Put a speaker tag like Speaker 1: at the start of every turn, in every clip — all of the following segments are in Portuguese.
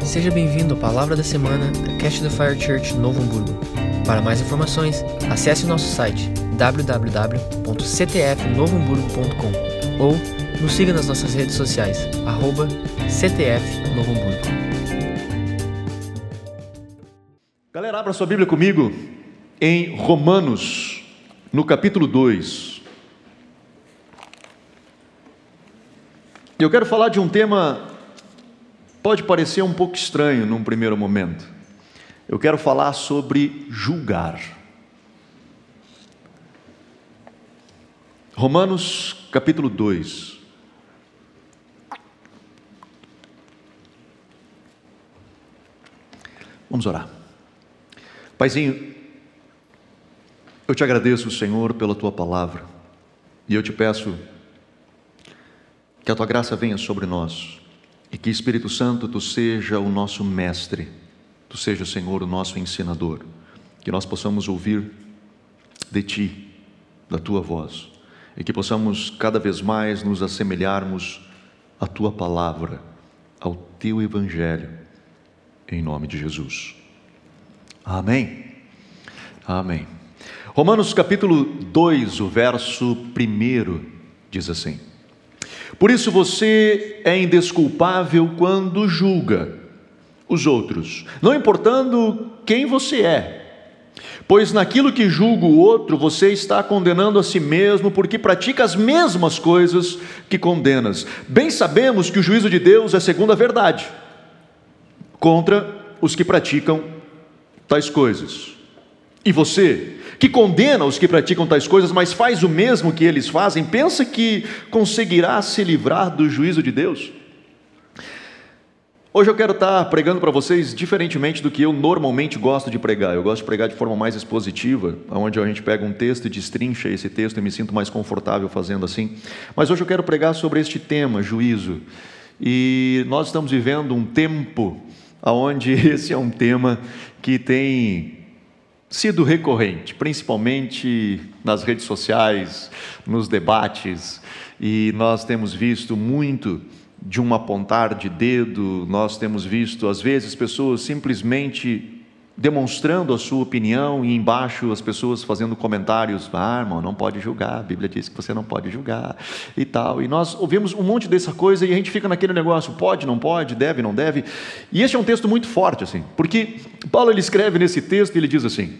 Speaker 1: Seja bem-vindo à Palavra da Semana da Cash the Fire Church Novo Hamburgo. Para mais informações, acesse o nosso site www.ctfnovohamburgo.com ou nos siga nas nossas redes sociais, @CTFNovoHamburgo.
Speaker 2: Galera, abra sua Bíblia comigo em Romanos, no capítulo 2. Eu quero falar de um tema, pode parecer um pouco estranho num primeiro momento. Eu quero falar sobre julgar. Romanos, capítulo 2. Vamos orar. Paizinho, eu te agradeço, Senhor, pela tua palavra, e eu te peço que a tua graça venha sobre nós, e que, Espírito Santo, tu seja o nosso mestre, tu seja, Senhor, o nosso ensinador, que nós possamos ouvir de ti, da tua voz, e que possamos cada vez mais nos assemelharmos à tua palavra, ao teu evangelho, em nome de Jesus. Amém. Amém. Romanos capítulo 2, o verso 1 diz assim: por isso você é indesculpável quando julga os outros, não importando quem você é, pois naquilo que julga o outro, você está condenando a si mesmo, porque pratica as mesmas coisas que condenas. Bem sabemos que o juízo de Deus é segundo a verdade, contra os que praticam tais coisas. E você, que condena os que praticam tais coisas, mas faz o mesmo que eles fazem, pensa que conseguirá se livrar do juízo de Deus? Hoje eu quero estar pregando para vocês diferentemente do que eu normalmente gosto de pregar. Eu gosto de pregar de forma mais expositiva, onde a gente pega um texto e destrincha esse texto e me sinto mais confortável fazendo assim. Mas hoje eu quero pregar sobre este tema, juízo. E nós estamos vivendo um tempo onde esse é um tema que tem sido recorrente, principalmente nas redes sociais, nos debates, e nós temos visto muito de um apontar de dedo, nós temos visto às vezes pessoas simplesmente demonstrando a sua opinião e embaixo as pessoas fazendo comentários: ah, irmão, não pode julgar, a Bíblia diz que você não pode julgar e tal, e nós ouvimos um monte dessa coisa e a gente fica naquele negócio: pode, não pode, deve, não deve. E este é um texto muito forte, assim, porque Paulo, ele escreve nesse texto e ele diz assim: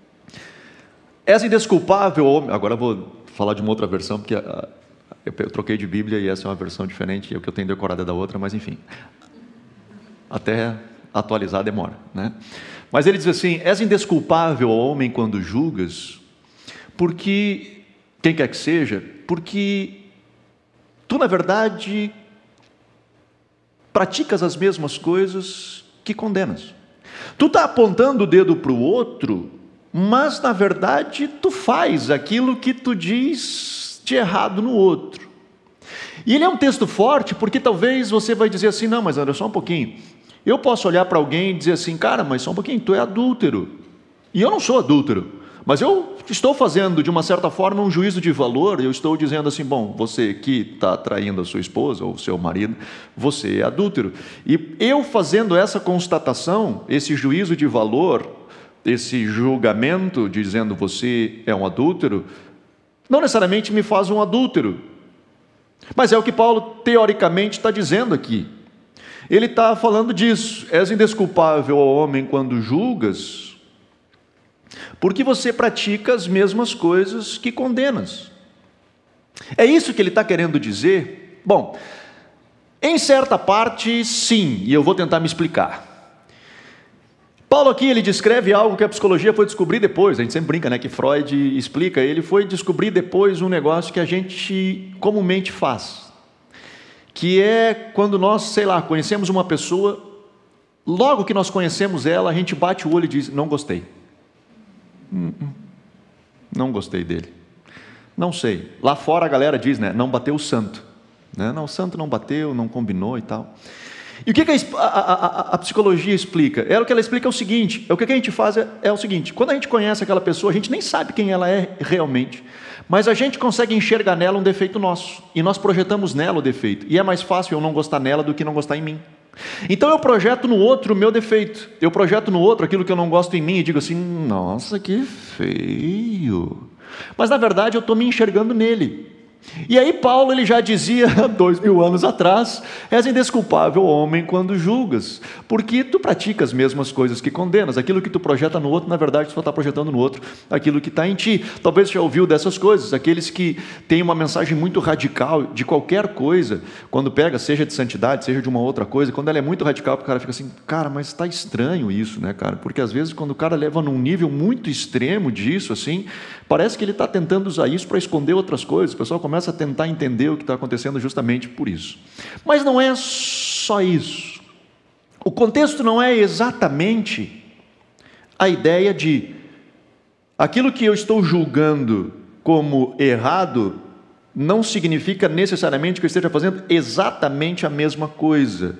Speaker 2: és indesculpável, homem. Agora eu vou falar de uma outra versão, porque eu troquei de Bíblia e essa é uma versão diferente, e o que eu tenho decorado é da outra, mas enfim, até atualizar demora, né? Mas ele diz assim: és indesculpável, homem, quando julgas, porque, quem quer que seja, porque tu, na verdade, praticas as mesmas coisas que condenas. Tu está apontando o dedo para o outro, mas, na verdade, tu faz aquilo que tu diz de errado no outro. E ele é um texto forte, porque talvez você vai dizer assim: não, mas olha só um pouquinho, eu posso olhar para alguém e dizer assim: cara, mas só um pouquinho, tu é adúltero. E eu não sou adúltero, mas eu estou fazendo, de uma certa forma, um juízo de valor. Eu estou dizendo assim: bom, você que está traindo a sua esposa ou o seu marido, você é adúltero. E eu fazendo essa constatação, esse juízo de valor, esse julgamento, dizendo você é um adúltero, não necessariamente me faz um adúltero, mas é o que Paulo teoricamente está dizendo aqui. Ele está falando disso: és indesculpável, ó homem, quando julgas, porque você pratica as mesmas coisas que condenas. É isso que ele está querendo dizer? Bom, em certa parte sim, e eu vou tentar me explicar. Paulo aqui, ele descreve algo que a psicologia foi descobrir depois. A gente sempre brinca, né, que Freud explica. Ele foi descobrir depois um negócio que a gente comumente faz, que é quando nós, sei lá, conhecemos uma pessoa, logo que nós conhecemos ela, a gente bate o olho e diz: não gostei. Não gostei dele. Não sei. Lá fora a galera diz, né, não bateu o santo. Né? Não, o santo não bateu, não combinou e tal. E o que a psicologia explica? O que ela explica é o seguinte: o que a gente faz é o seguinte: quando a gente conhece aquela pessoa, a gente nem sabe quem ela é realmente, mas a gente consegue enxergar nela um defeito nosso, e nós projetamos nela o defeito, e é mais fácil eu não gostar nela do que não gostar em mim. Então eu projeto no outro o meu defeito, eu projeto no outro aquilo que eu não gosto em mim e digo assim, nossa, que feio. Mas na verdade eu estou me enxergando nele. E aí Paulo ele já dizia 2000 anos atrás: és indesculpável homem quando julgas, porque tu praticas as mesmas coisas que condenas. Aquilo que tu projeta no outro, na verdade tu só está projetando no outro aquilo que está em ti. Talvez você já ouviu dessas coisas, aqueles que têm uma mensagem muito radical de qualquer coisa, quando pega, seja de santidade, seja de uma outra coisa, quando ela é muito radical, o cara fica assim, cara, mas está estranho isso, né, cara? Porque às vezes quando o cara leva num nível muito extremo disso, assim, parece que ele está tentando usar isso para esconder outras coisas. O pessoal começa a tentar entender o que está acontecendo justamente por isso. Mas não é só isso. O contexto não é exatamente a ideia de aquilo que eu estou julgando como errado não significa necessariamente que eu esteja fazendo exatamente a mesma coisa.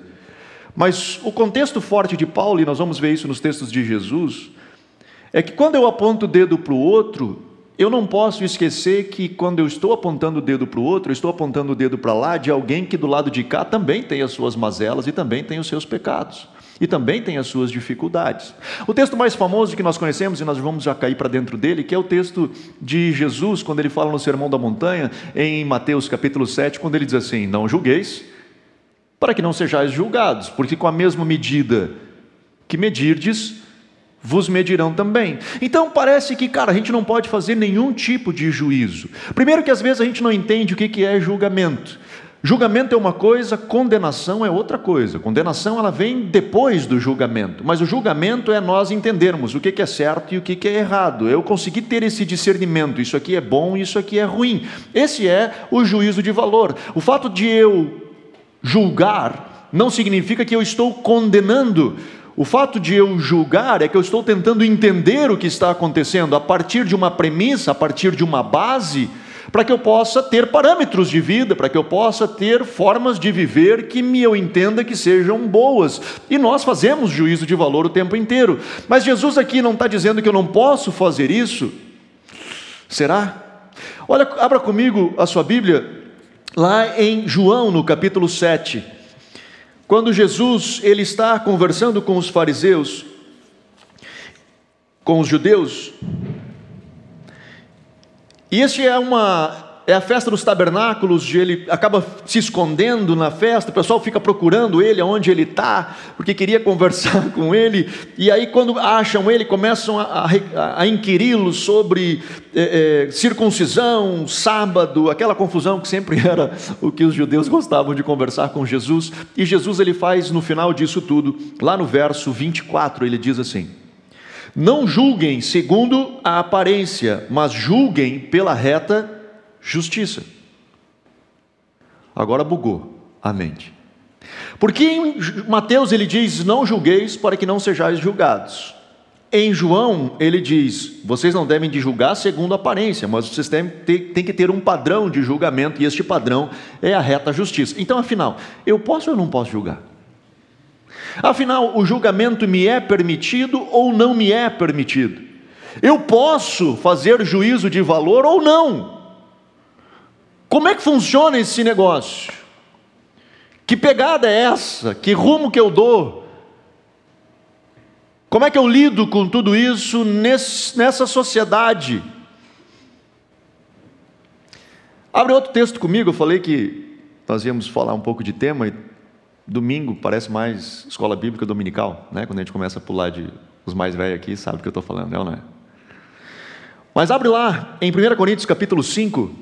Speaker 2: Mas o contexto forte de Paulo, e nós vamos ver isso nos textos de Jesus, é que quando eu aponto o dedo para o outro, eu não posso esquecer que quando eu estou apontando o dedo para o outro, eu estou apontando o dedo para lá de alguém que do lado de cá também tem as suas mazelas e também tem os seus pecados. E também tem as suas dificuldades. O texto mais famoso que nós conhecemos, e nós vamos já cair para dentro dele, que é o texto de Jesus, quando ele fala no Sermão da Montanha, em Mateus capítulo 7, quando ele diz assim, não julgueis, para que não sejais julgados, porque com a mesma medida que medirdes, vos medirão também. Então parece que, cara, a gente não pode fazer nenhum tipo de juízo. Primeiro que às vezes a gente não entende o que é julgamento. Julgamento é uma coisa, condenação é outra coisa. Condenação ela vem depois do julgamento, mas o julgamento é nós entendermos o que é certo e o que é errado. Eu consegui ter esse discernimento, isso aqui é bom e isso aqui é ruim. Esse é o juízo de valor. O fato de eu julgar não significa que eu estou condenando. O fato de eu julgar é que eu estou tentando entender o que está acontecendo a partir de uma premissa, a partir de uma base, para que eu possa ter parâmetros de vida, para que eu possa ter formas de viver que eu entenda que sejam boas. E nós fazemos juízo de valor o tempo inteiro. Mas Jesus aqui não está dizendo que eu não posso fazer isso? Será? Olha, abra comigo a sua Bíblia, lá em João, no capítulo 7. Quando Jesus ele está conversando com os fariseus, com os judeus, e este é a festa dos tabernáculos, ele acaba se escondendo na festa, o pessoal fica procurando ele, aonde ele está, porque queria conversar com ele, e aí quando acham ele, começam a inquiri-lo sobre circuncisão, sábado, aquela confusão que sempre era o que os judeus gostavam de conversar com Jesus, e Jesus ele faz no final disso tudo, lá no verso 24, ele diz assim, não julguem segundo a aparência, mas julguem pela reta justiça. Agora bugou a mente. Porque em Mateus ele diz, não julgueis para que não sejais julgados. Em João ele diz, vocês não devem de julgar segundo a aparência, mas vocês têm que ter um padrão de julgamento, e este padrão é a reta justiça. Então afinal, eu posso ou não posso julgar? Afinal, o julgamento me é permitido ou não me é permitido? Eu posso fazer juízo de valor ou não? Como é que funciona esse negócio? Que pegada é essa? Que rumo que eu dou? Como é que eu lido com tudo isso nessa sociedade? Abre outro texto comigo, eu falei que nós íamos falar um pouco de tema, e domingo parece mais escola bíblica dominical, né? Quando a gente começa a pular os mais velhos aqui, sabe o que eu estou falando, não é? Mas abre lá, em 1 Coríntios capítulo 5,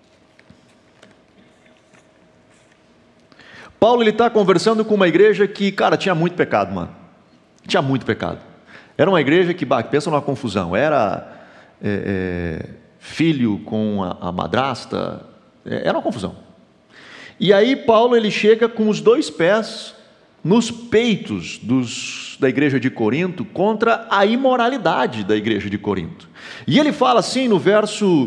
Speaker 2: Paulo ele está conversando com uma igreja que, cara, tinha muito pecado, mano. Tinha muito pecado. Era uma igreja que, pensa numa confusão, era filho com a madrasta, era uma confusão. E aí Paulo ele chega com os dois pés nos peitos da igreja de Corinto contra a imoralidade da igreja de Corinto. E ele fala assim no verso,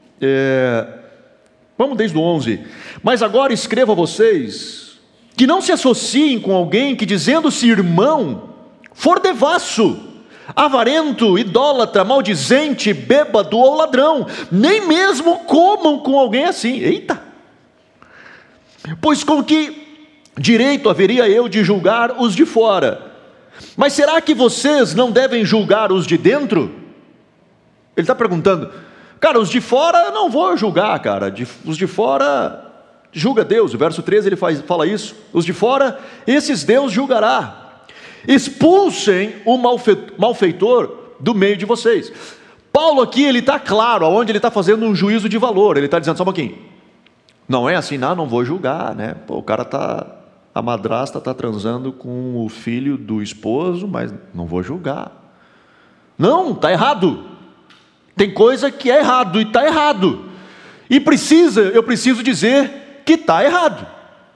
Speaker 2: vamos desde o 11, mas agora escrevo a vocês que não se associem com alguém que, dizendo-se irmão, for devasso, avarento, idólatra, maldizente, bêbado ou ladrão, nem mesmo comam com alguém assim. Eita! Pois com que direito haveria eu de julgar os de fora. Mas será que vocês não devem julgar os de dentro? Ele está perguntando, cara, os de fora não vou julgar, cara. Os de fora julga Deus. O verso 13 ele fala isso. Os de fora, esses Deus julgará. Expulsem o malfeitor do meio de vocês. Paulo aqui, ele está claro, aonde ele está fazendo um juízo de valor. Ele está dizendo, só um pouquinho, não é assim, não vou julgar, né? Pô, o cara a madrasta está transando com o filho do esposo, mas não vou julgar. Não, está errado. Tem coisa que é errado e está errado. E eu preciso dizer que está errado.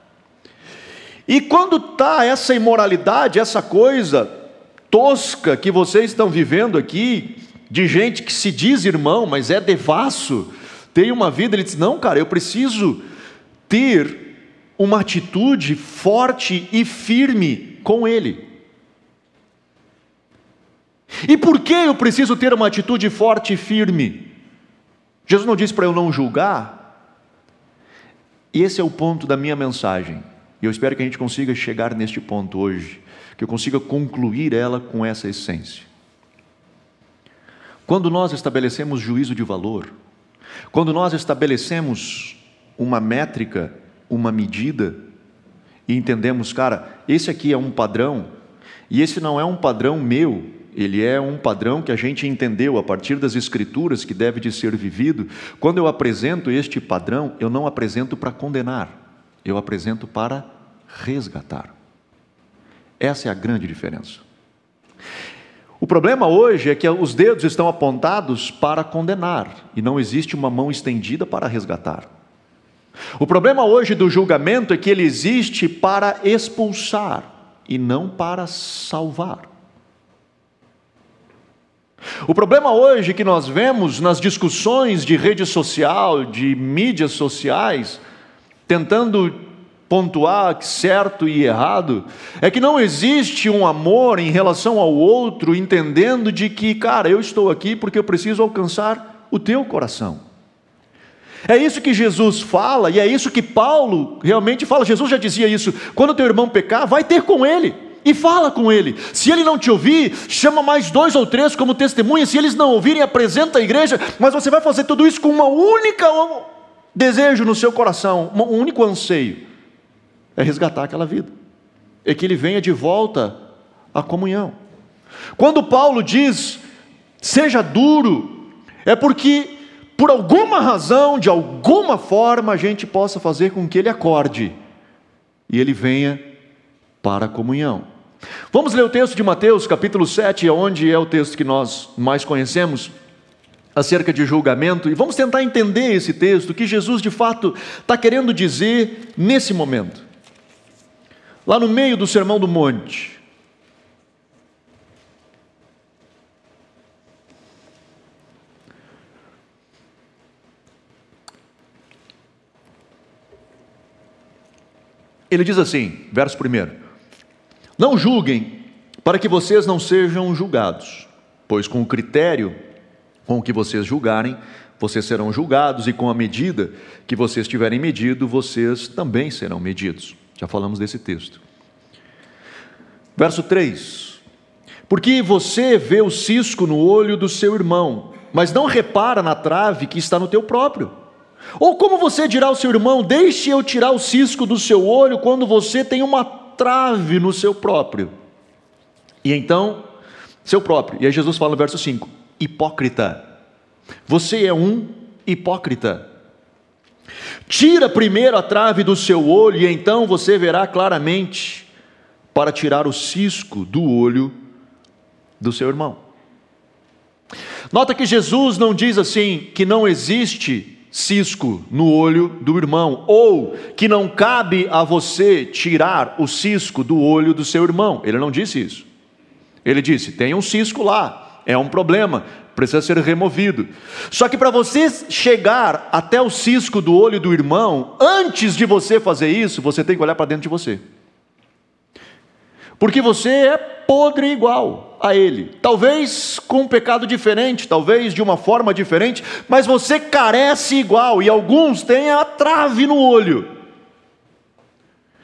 Speaker 2: E quando está essa imoralidade, essa coisa tosca que vocês estão vivendo aqui, de gente que se diz irmão, mas é devasso, tem uma vida, ele diz, não, cara, eu preciso ter uma atitude forte e firme com ele. E por que eu preciso ter uma atitude forte e firme? Jesus não disse para eu não julgar? E esse é o ponto da minha mensagem. E eu espero que a gente consiga chegar neste ponto hoje, que eu consiga concluir ela com essa essência. Quando nós estabelecemos juízo de valor, quando nós estabelecemos uma métrica, uma medida, e entendemos, cara, esse aqui é um padrão, e esse não é um padrão meu, ele é um padrão que a gente entendeu a partir das Escrituras que deve de ser vivido. Quando eu apresento este padrão, eu não apresento para condenar, eu apresento para resgatar. Essa é a grande diferença. O problema hoje é que os dedos estão apontados para condenar, e não existe uma mão estendida para resgatar. O problema hoje do julgamento é que ele existe para expulsar, e não para salvar. O problema hoje que nós vemos nas discussões de rede social, de mídias sociais, tentando pontuar certo e errado, é que não existe um amor em relação ao outro, entendendo de que, cara, eu estou aqui porque eu preciso alcançar o teu coração. É isso que Jesus fala, e é isso que Paulo realmente fala. Jesus já dizia isso, quando teu irmão pecar, vai ter com ele, e fala com ele. Se ele não te ouvir, chama mais 2 ou 3 como testemunha. Se eles não ouvirem, apresenta a igreja. Mas você vai fazer tudo isso com uma única desejo no seu coração, um único anseio, é resgatar aquela vida, é que ele venha de volta à comunhão. Quando Paulo diz, seja duro, é porque por alguma razão, de alguma forma, a gente possa fazer com que ele acorde, e ele venha para a comunhão. Vamos ler o texto de Mateus, capítulo 7, onde é o texto que nós mais conhecemos, acerca de julgamento, e vamos tentar entender esse texto, que Jesus de fato está querendo dizer nesse momento. Lá no meio do Sermão do Monte, ele diz assim, verso 1: não julguem, para que vocês não sejam julgados, pois com o critério com que vocês julgarem, vocês serão julgados, e com a medida que vocês tiverem medido, vocês também serão medidos. Já falamos desse texto. Verso 3: porque você vê o cisco no olho do seu irmão, mas não repara na trave que está no teu próprio? Ou como você dirá ao seu irmão, deixe eu tirar o cisco do seu olho, quando você tem uma trave no seu próprio? E então, seu próprio. E aí Jesus fala no verso 5, hipócrita, você é um hipócrita. Tira primeiro a trave do seu olho, e então você verá claramente para tirar o cisco do olho do seu irmão. Nota que Jesus não diz assim, que não existe cisco no olho do irmão, ou que não cabe a você tirar o cisco do olho do seu irmão. Ele não disse isso. Ele disse, tem um cisco lá, é um problema, precisa ser removido. Só que para você chegar até o cisco do olho do irmão, antes de você fazer isso, você tem que olhar para dentro de você. Porque você é podre igual a ele, talvez com um pecado diferente, talvez de uma forma diferente, mas você carece igual, e alguns têm a trave no olho.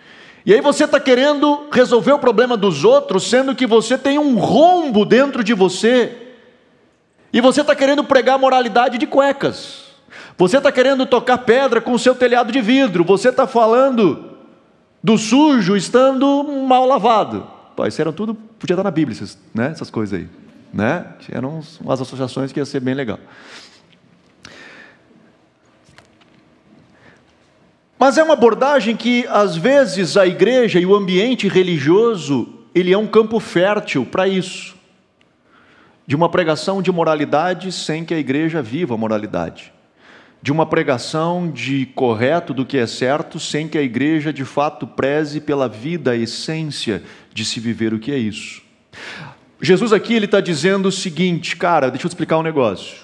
Speaker 2: E aí você está querendo resolver o problema dos outros, sendo que você tem um rombo dentro de você. E você está querendo pregar moralidade de cuecas. Você está querendo tocar pedra com o seu telhado de vidro. Você está falando do sujo estando mal lavado. Pô, isso era tudo, podia estar na Bíblia, né? Essas coisas aí. Né? Eram umas associações que ia ser bem legal. Mas é uma abordagem que, às vezes, a igreja e o ambiente religioso, ele é um campo fértil para isso. De uma pregação de moralidade sem que a igreja viva a moralidade. De uma pregação de correto do que é certo, sem que a igreja, de fato, preze pela vida, a essência de se viver o que é isso. Jesus aqui, ele está dizendo o seguinte, cara, deixa eu te explicar um negócio.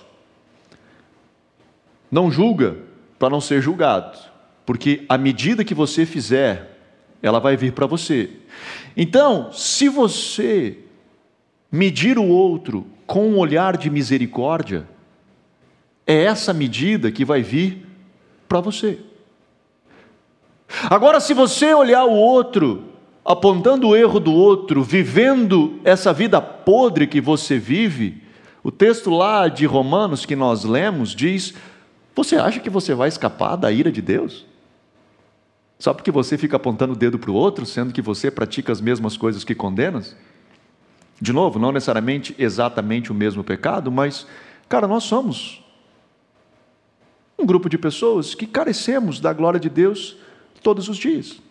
Speaker 2: Não julga para não ser julgado. Porque a medida que você fizer, ela vai vir para você. Então, se você medir o outro com um olhar de misericórdia, é essa medida que vai vir para você. Agora, se você olhar o outro, apontando o erro do outro, vivendo essa vida podre que você vive, o texto lá de Romanos que nós lemos diz: você acha que você vai escapar da ira de Deus? Só porque você fica apontando o dedo para o outro, sendo que você pratica as mesmas coisas que condenas? De novo, não necessariamente exatamente o mesmo pecado, mas, cara, nós somos um grupo de pessoas que carecemos da glória de Deus todos os dias.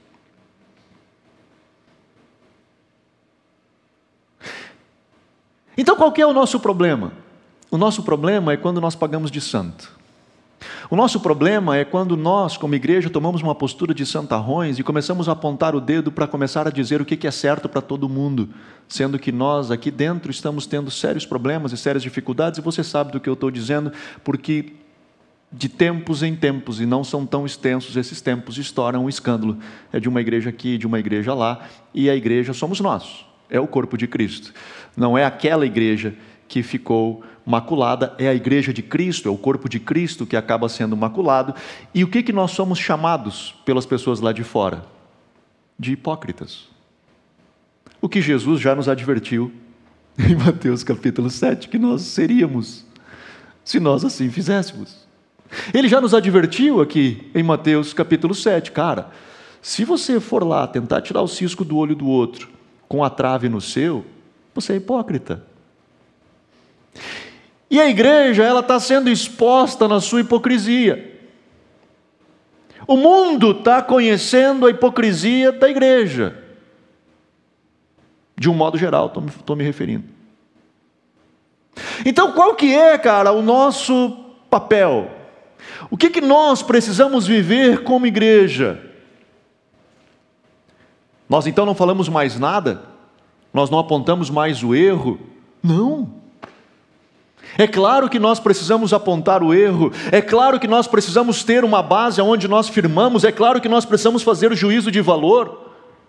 Speaker 2: Então, qual que é o nosso problema? O nosso problema é quando nós pagamos de santo. O nosso problema é quando nós, como igreja, tomamos uma postura de santarrões e começamos a apontar o dedo para começar a dizer o que é certo para todo mundo, sendo que nós aqui dentro estamos tendo sérios problemas e sérias dificuldades, e você sabe do que eu estou dizendo, porque de tempos em tempos, e não são tão extensos esses tempos, estouram um escândalo. É de uma igreja aqui, de uma igreja lá, e a igreja somos nós, é o corpo de Cristo. Não é aquela igreja que ficou maculada, é a igreja de Cristo, é o corpo de Cristo que acaba sendo maculado. E o que nós somos chamados pelas pessoas lá de fora? De hipócritas. O que Jesus já nos advertiu em Mateus capítulo 7, que nós seríamos, se nós assim fizéssemos. Ele já nos advertiu aqui em Mateus capítulo 7, cara, se você for lá tentar tirar o cisco do olho do outro com a trave no seu, você é hipócrita. E a igreja, ela está sendo exposta na sua hipocrisia. O mundo está conhecendo a hipocrisia da igreja. De um modo geral, estou me referindo. Então, qual que é, cara, o nosso papel? O que nós precisamos viver como igreja? Nós então não falamos mais nada? Nós não apontamos mais o erro? Não. É claro que nós precisamos apontar o erro, é claro que nós precisamos ter uma base onde nós firmamos, é claro que nós precisamos fazer o juízo de valor.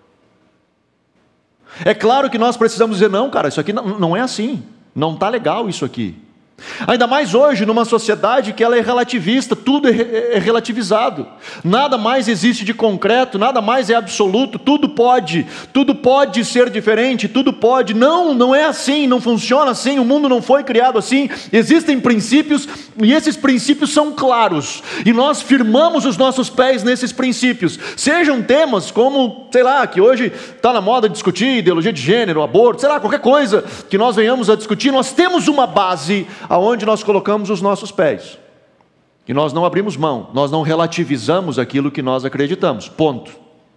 Speaker 2: É claro que nós precisamos dizer, não, cara, isso aqui não é assim, não está legal isso aqui. Ainda mais hoje, numa sociedade que ela é relativista, tudo é relativizado. Nada mais existe de concreto, nada mais é absoluto, tudo pode ser diferente, tudo pode. Não é assim, não funciona assim, o mundo não foi criado assim. Existem princípios e esses princípios são claros. E nós firmamos os nossos pés nesses princípios. Sejam temas como, sei lá, que hoje está na moda discutir ideologia de gênero, aborto, sei lá, qualquer coisa que nós venhamos a discutir, nós temos uma base aonde nós colocamos os nossos pés. E nós não abrimos mão, nós não relativizamos aquilo que nós acreditamos, ponto.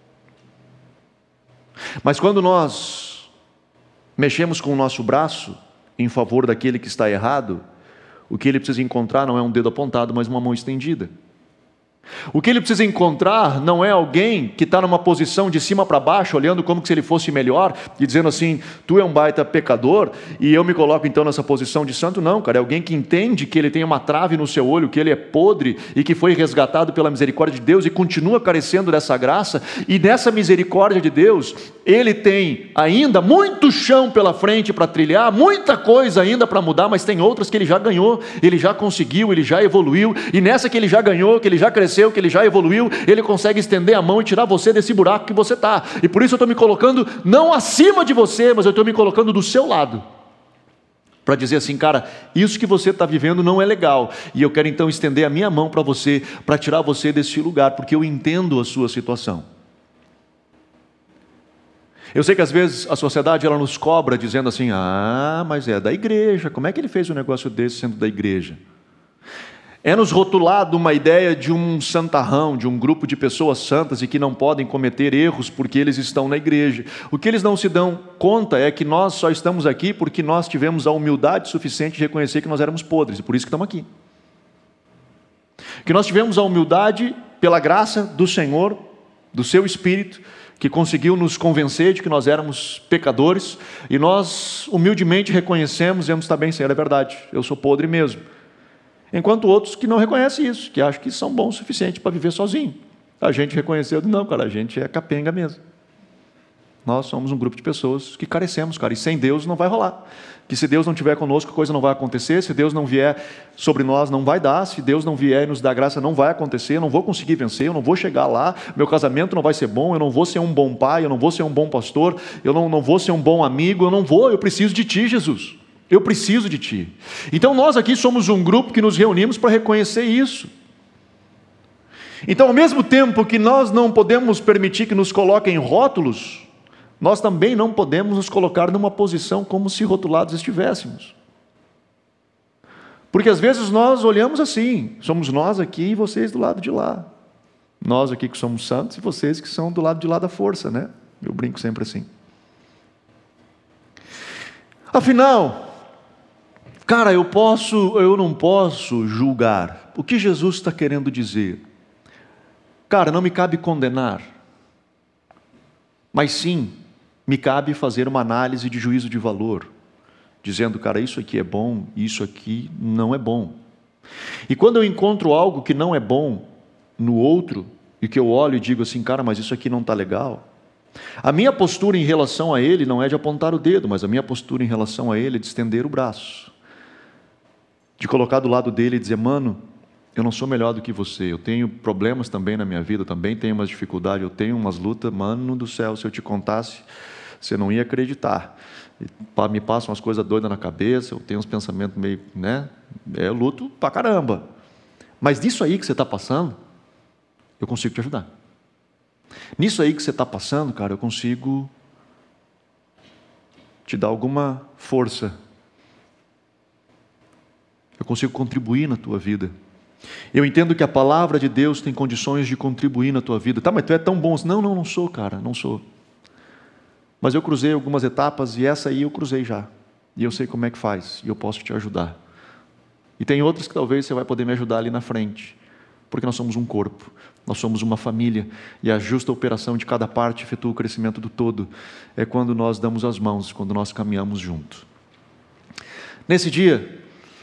Speaker 2: Mas quando nós mexemos com o nosso braço em favor daquele que está errado, o que ele precisa encontrar não é um dedo apontado, mas uma mão estendida. O que ele precisa encontrar não é alguém que está numa posição de cima para baixo, olhando como se ele fosse melhor, e dizendo assim, tu é um baita pecador, e eu me coloco então nessa posição de santo. Não, cara, é alguém que entende que ele tem uma trave no seu olho, que ele é podre, e que foi resgatado pela misericórdia de Deus, e continua carecendo dessa graça, e nessa misericórdia de Deus, ele tem ainda muito chão pela frente para trilhar, muita coisa ainda para mudar, mas tem outras que ele já ganhou, ele já conseguiu, ele já evoluiu, e nessa que ele já ganhou, que ele já cresceu, cresceu, que Ele já evoluiu, Ele consegue estender a mão e tirar você desse buraco que você está. E por isso eu estou me colocando não acima de você, mas eu estou me colocando do seu lado. Para dizer assim, cara, isso que você está vivendo não é legal. E eu quero então estender a minha mão para você, para tirar você desse lugar, porque eu entendo a sua situação. Eu sei que às vezes a sociedade ela nos cobra dizendo assim, mas é da igreja, como é que ele fez um negócio desse sendo da igreja? É nos rotulado uma ideia de um santarrão, de um grupo de pessoas santas e que não podem cometer erros porque eles estão na igreja. O que eles não se dão conta é que nós só estamos aqui porque nós tivemos a humildade suficiente de reconhecer que nós éramos podres, e por isso que estamos aqui. Que nós tivemos a humildade pela graça do Senhor, do seu Espírito, que conseguiu nos convencer de que nós éramos pecadores, e nós humildemente reconhecemos e dizemos, está bem, Senhor, é verdade, eu sou podre mesmo. Enquanto outros que não reconhecem isso, que acham que são bons o suficiente para viver sozinho. A gente reconheceu, não, cara, a gente é capenga mesmo. Nós somos um grupo de pessoas que carecemos, cara, e sem Deus não vai rolar. Que se Deus não estiver conosco, a coisa não vai acontecer, se Deus não vier sobre nós, não vai dar, se Deus não vier e nos dar graça, não vai acontecer, eu não vou conseguir vencer, eu não vou chegar lá, meu casamento não vai ser bom, eu não vou ser um bom pai, eu não vou ser um bom pastor, eu não vou ser um bom amigo, eu preciso de Ti, Jesus. Eu preciso de Ti. Então nós aqui somos um grupo que nos reunimos para reconhecer isso. Então, ao mesmo tempo que nós não podemos permitir que nos coloquem rótulos, nós também não podemos nos colocar numa posição como se rotulados estivéssemos. Porque às vezes nós olhamos assim, somos nós aqui e vocês do lado de lá. Nós aqui que somos santos e vocês que são do lado de lá da força, né? Eu brinco sempre assim. Afinal, cara, eu não posso julgar. O que Jesus está querendo dizer? Cara, não me cabe condenar, mas sim, me cabe fazer uma análise de juízo de valor, dizendo, cara, isso aqui é bom, isso aqui não é bom. E quando eu encontro algo que não é bom no outro, e que eu olho e digo assim, cara, mas isso aqui não está legal, a minha postura em relação a ele não é de apontar o dedo, mas a minha postura em relação a ele é de estender o braço, de colocar do lado dele e dizer, mano, eu não sou melhor do que você, eu tenho problemas também na minha vida, eu também tenho umas dificuldades, eu tenho umas lutas, mano do céu, se eu te contasse, você não ia acreditar. Me passam umas coisas doidas na cabeça, eu tenho uns pensamentos meio, né? Eu luto pra caramba. Mas nisso aí que você está passando, eu consigo te ajudar. Nisso aí que você está passando, cara, eu consigo te dar alguma força. Eu consigo contribuir na tua vida. Eu entendo que a palavra de Deus tem condições de contribuir na tua vida. Tá, mas tu é tão bom. Não sou, cara, não sou. Mas eu cruzei algumas etapas e essa aí eu cruzei já. E eu sei como é que faz e eu posso te ajudar. E tem outras que talvez você vai poder me ajudar ali na frente. Porque nós somos um corpo, nós somos uma família. E a justa operação de cada parte efetua o crescimento do todo. É quando nós damos as mãos, quando nós caminhamos junto. Nesse dia,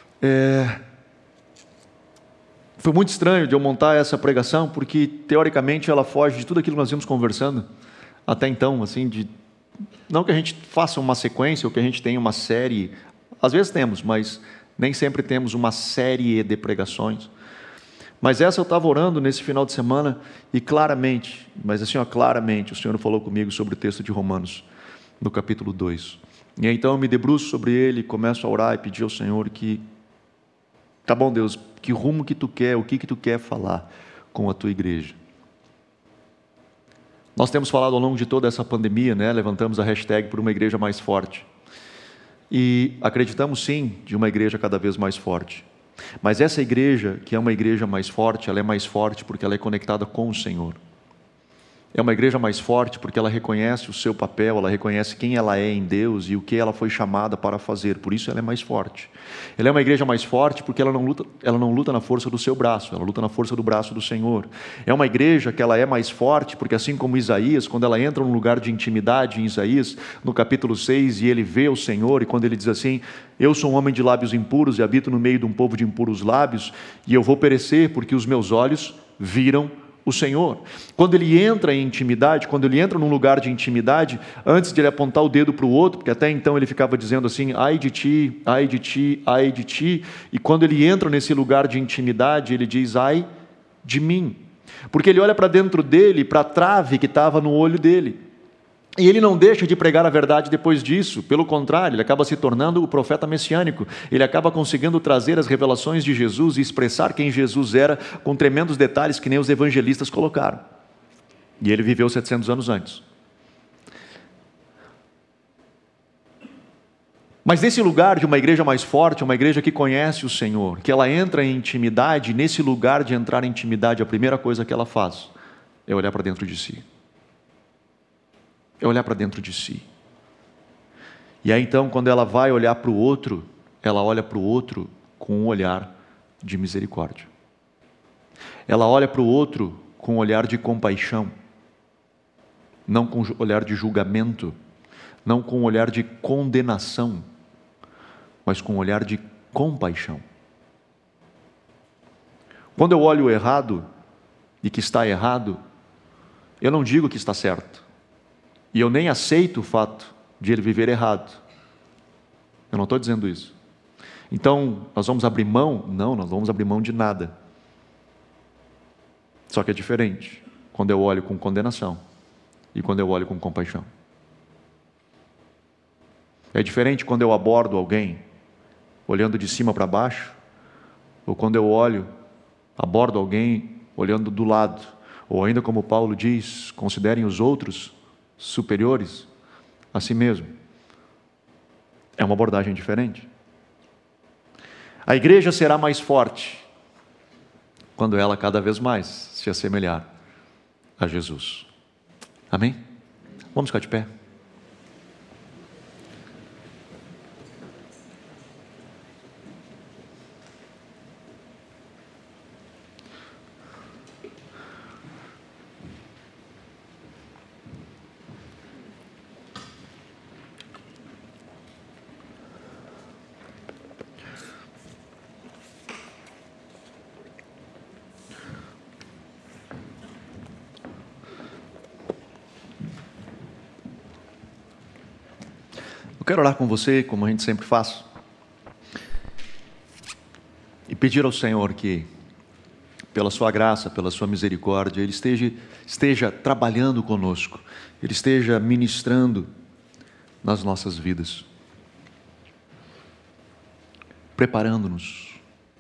Speaker 2: foi muito estranho de eu montar essa pregação, porque teoricamente ela foge de tudo aquilo que nós íamos conversando até então, assim, não que a gente faça uma sequência ou que a gente tenha uma série, às vezes temos, mas nem sempre temos uma série de pregações. Mas essa eu estava orando nesse final de semana e claramente, mas assim, claramente, o Senhor falou comigo sobre o texto de Romanos, no capítulo 2. E então eu me debruço sobre ele, começo a orar e pedir ao Senhor que, tá bom, Deus, que rumo que Tu quer, o que Tu quer falar com a Tua igreja? Nós temos falado ao longo de toda essa pandemia, né? Levantamos a hashtag por uma igreja mais forte. E acreditamos sim de uma igreja cada vez mais forte. Mas essa igreja, que é uma igreja mais forte, ela é mais forte porque ela é conectada com o Senhor. É uma igreja mais forte porque ela reconhece o seu papel, ela reconhece quem ela é em Deus e o que ela foi chamada para fazer, por isso ela é mais forte. Ela é uma igreja mais forte porque ela não luta na força do seu braço, ela luta na força do braço do Senhor. É uma igreja que ela é mais forte porque, assim como Isaías, quando ela entra num lugar de intimidade em Isaías, no capítulo 6, e ele vê o Senhor, e quando ele diz assim, eu sou um homem de lábios impuros e habito no meio de um povo de impuros lábios, e eu vou perecer porque os meus olhos viram o Senhor. Quando ele entra em intimidade, quando ele entra num lugar de intimidade, antes de ele apontar o dedo para o outro, porque até então ele ficava dizendo assim, ai de ti, ai de ti, ai de ti, e quando ele entra nesse lugar de intimidade, ele diz, ai de mim. porque ele olha para dentro dele, para a trave que estava no olho dele. E ele não deixa de pregar a verdade depois disso, pelo contrário, ele acaba se tornando o profeta messiânico, ele acaba conseguindo trazer as revelações de Jesus e expressar quem Jesus era, com tremendos detalhes que nem os evangelistas colocaram. E ele viveu 700 anos antes. Mas nesse lugar de uma igreja mais forte, uma igreja que conhece o Senhor, que ela entra em intimidade, nesse lugar de entrar em intimidade, a primeira coisa que ela faz é olhar para dentro de si. É olhar para dentro de si. E aí então, quando ela vai olhar para o outro, ela olha para o outro com um olhar de misericórdia. Ela olha para o outro com um olhar de compaixão, não com um olhar de julgamento, não com um olhar de condenação, mas com um olhar de compaixão. Quando eu olho o errado e que está errado, eu não digo que está certo. E eu nem aceito o fato de ele viver errado. Eu não estou dizendo isso. Então, nós vamos abrir mão? Não, nós não vamos abrir mão de nada. Só que é diferente quando eu olho com condenação e quando eu olho com compaixão. É diferente quando eu abordo alguém olhando de cima para baixo, ou quando eu abordo alguém olhando do lado, ou ainda como Paulo diz, considerem os outros superiores a si mesmo. É uma abordagem diferente. A igreja será mais forte quando ela cada vez mais se assemelhar a Jesus. Amém? Vamos ficar de pé. Eu quero orar com você, como a gente sempre faz, e pedir ao Senhor que, pela sua graça, pela sua misericórdia, Ele esteja trabalhando conosco, Ele esteja ministrando nas nossas vidas, preparando-nos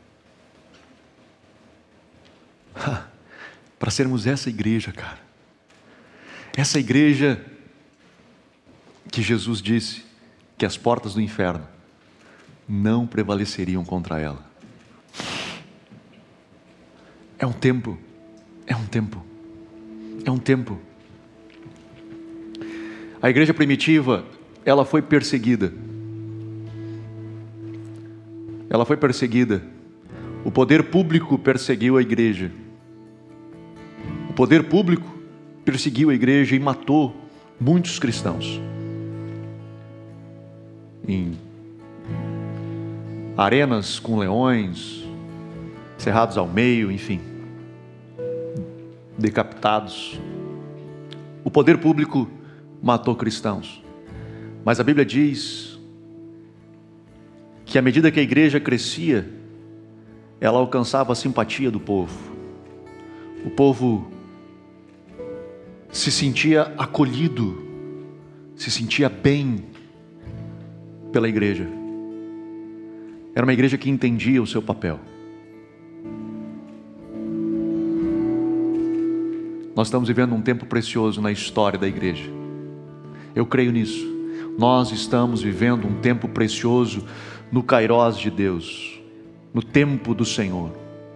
Speaker 2: para sermos essa igreja, cara. Essa igreja que Jesus disse que as portas do inferno não prevaleceriam contra ela. É um tempo. A igreja primitiva, ela foi perseguida. O poder público perseguiu a igreja. O poder público perseguiu a igreja e matou muitos cristãos. Em arenas com leões, cerrados ao meio, enfim, decapitados. O poder público matou cristãos. Mas a Bíblia diz que à medida que a igreja crescia, ela alcançava a simpatia do povo. O povo se sentia acolhido, se sentia bem pela igreja. Era uma igreja que entendia o seu papel. Nós estamos vivendo um tempo precioso na história da igreja. Eu creio nisso. Nós estamos vivendo um tempo precioso no Kairós de Deus, no tempo do Senhor.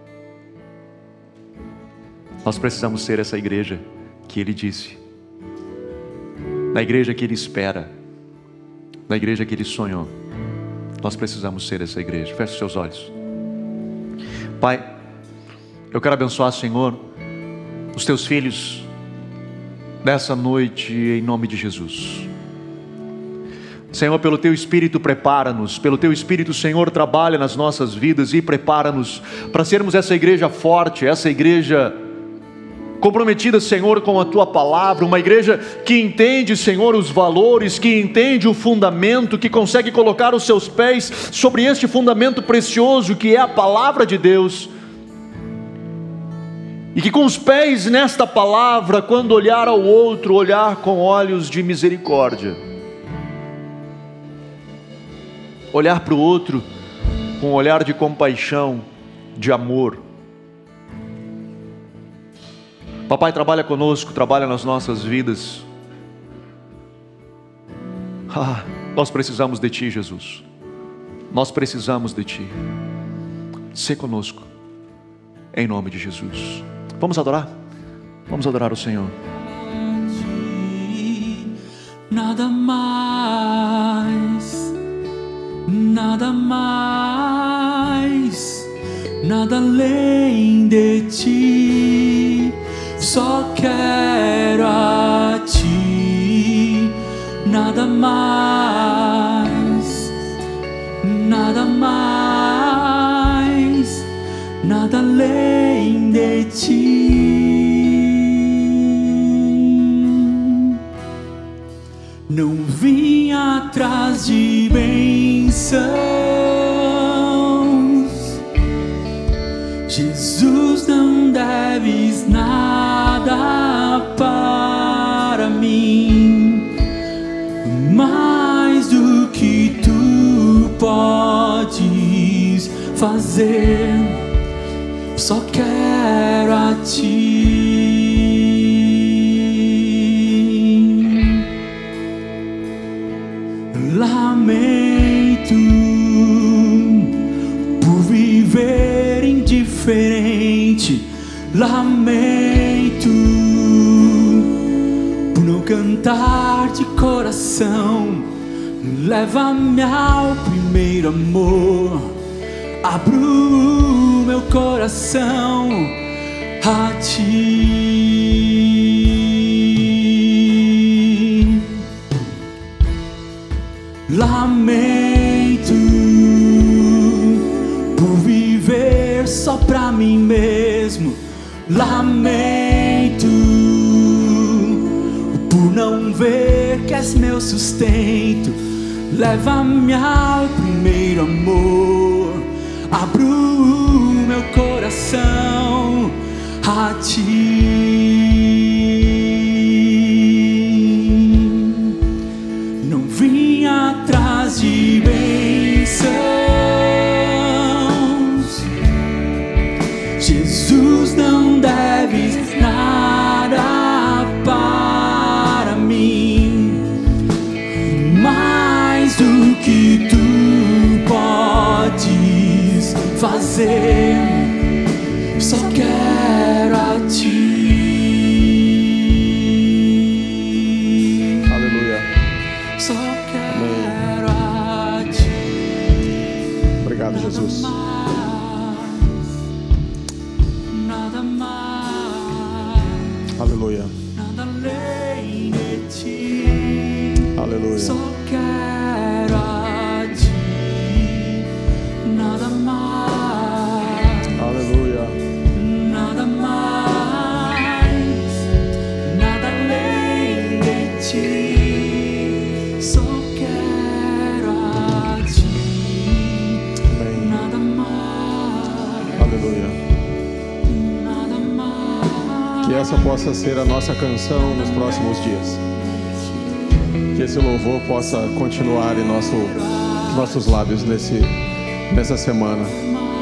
Speaker 2: Nós precisamos ser essa igreja que Ele disse, na igreja que Ele espera, na igreja que Ele sonhou. Nós precisamos ser essa igreja. Feche os seus olhos. Pai, eu quero abençoar, Senhor, os Teus filhos nessa noite, em nome de Jesus. Senhor, pelo Teu Espírito prepara-nos, pelo Teu Espírito, Senhor, trabalha nas nossas vidas e prepara-nos para sermos essa igreja forte, essa igreja comprometida, Senhor, com a Tua palavra, uma igreja que entende, Senhor, os valores, que entende o fundamento, que consegue colocar os seus pés sobre este fundamento precioso que é a palavra de Deus, E que com os pés nesta palavra, quando olhar ao outro, olhar com olhos de misericórdia. Olhar para o outro com um olhar de compaixão, de amor. Papai, trabalha conosco, trabalha nas nossas vidas. Nós precisamos de Ti, Jesus. Nós precisamos de Ti. Sê conosco, em nome de Jesus. Vamos adorar? Vamos adorar o Senhor.
Speaker 3: Nada mais, nada mais, nada além de Ti. Só quero a Ti. Nada mais, nada mais, nada além de Ti. Não vim atrás de bênçãos, Jesus, não deves nada para mim, mais do que Tu podes fazer. Só quero a Ti. Lamento por viver indiferente. Lamento por não cantar de coração. Leva-me ao primeiro amor. Abro o meu coração a Ti. Lamento por viver só pra mim mesmo. Lamento por não ver que és meu sustento. Leva-me ao primeiro amor. Abro o meu coração a Ti. Não vim atrás de bênçãos, Jesus, não deves nada para mim, mais do que Tu podes fazer. Só quero a Ti.
Speaker 4: Aleluia.
Speaker 3: Só quero a Ti.
Speaker 4: Obrigado, Jesus.
Speaker 3: Nada mais,
Speaker 4: Aleluia.
Speaker 3: nada além de Ti.
Speaker 4: Aleluia.
Speaker 3: Só quero a Ti. Nada mais,
Speaker 4: Aleluia.
Speaker 3: nada mais, nada além de Ti. Só quero a Ti.
Speaker 4: Amém.
Speaker 3: Nada mais,
Speaker 4: Aleluia.
Speaker 3: nada mais.
Speaker 4: Que essa possa ser a nossa canção nos próximos dias. Que esse louvor possa continuar em nossos lábios nessa semana.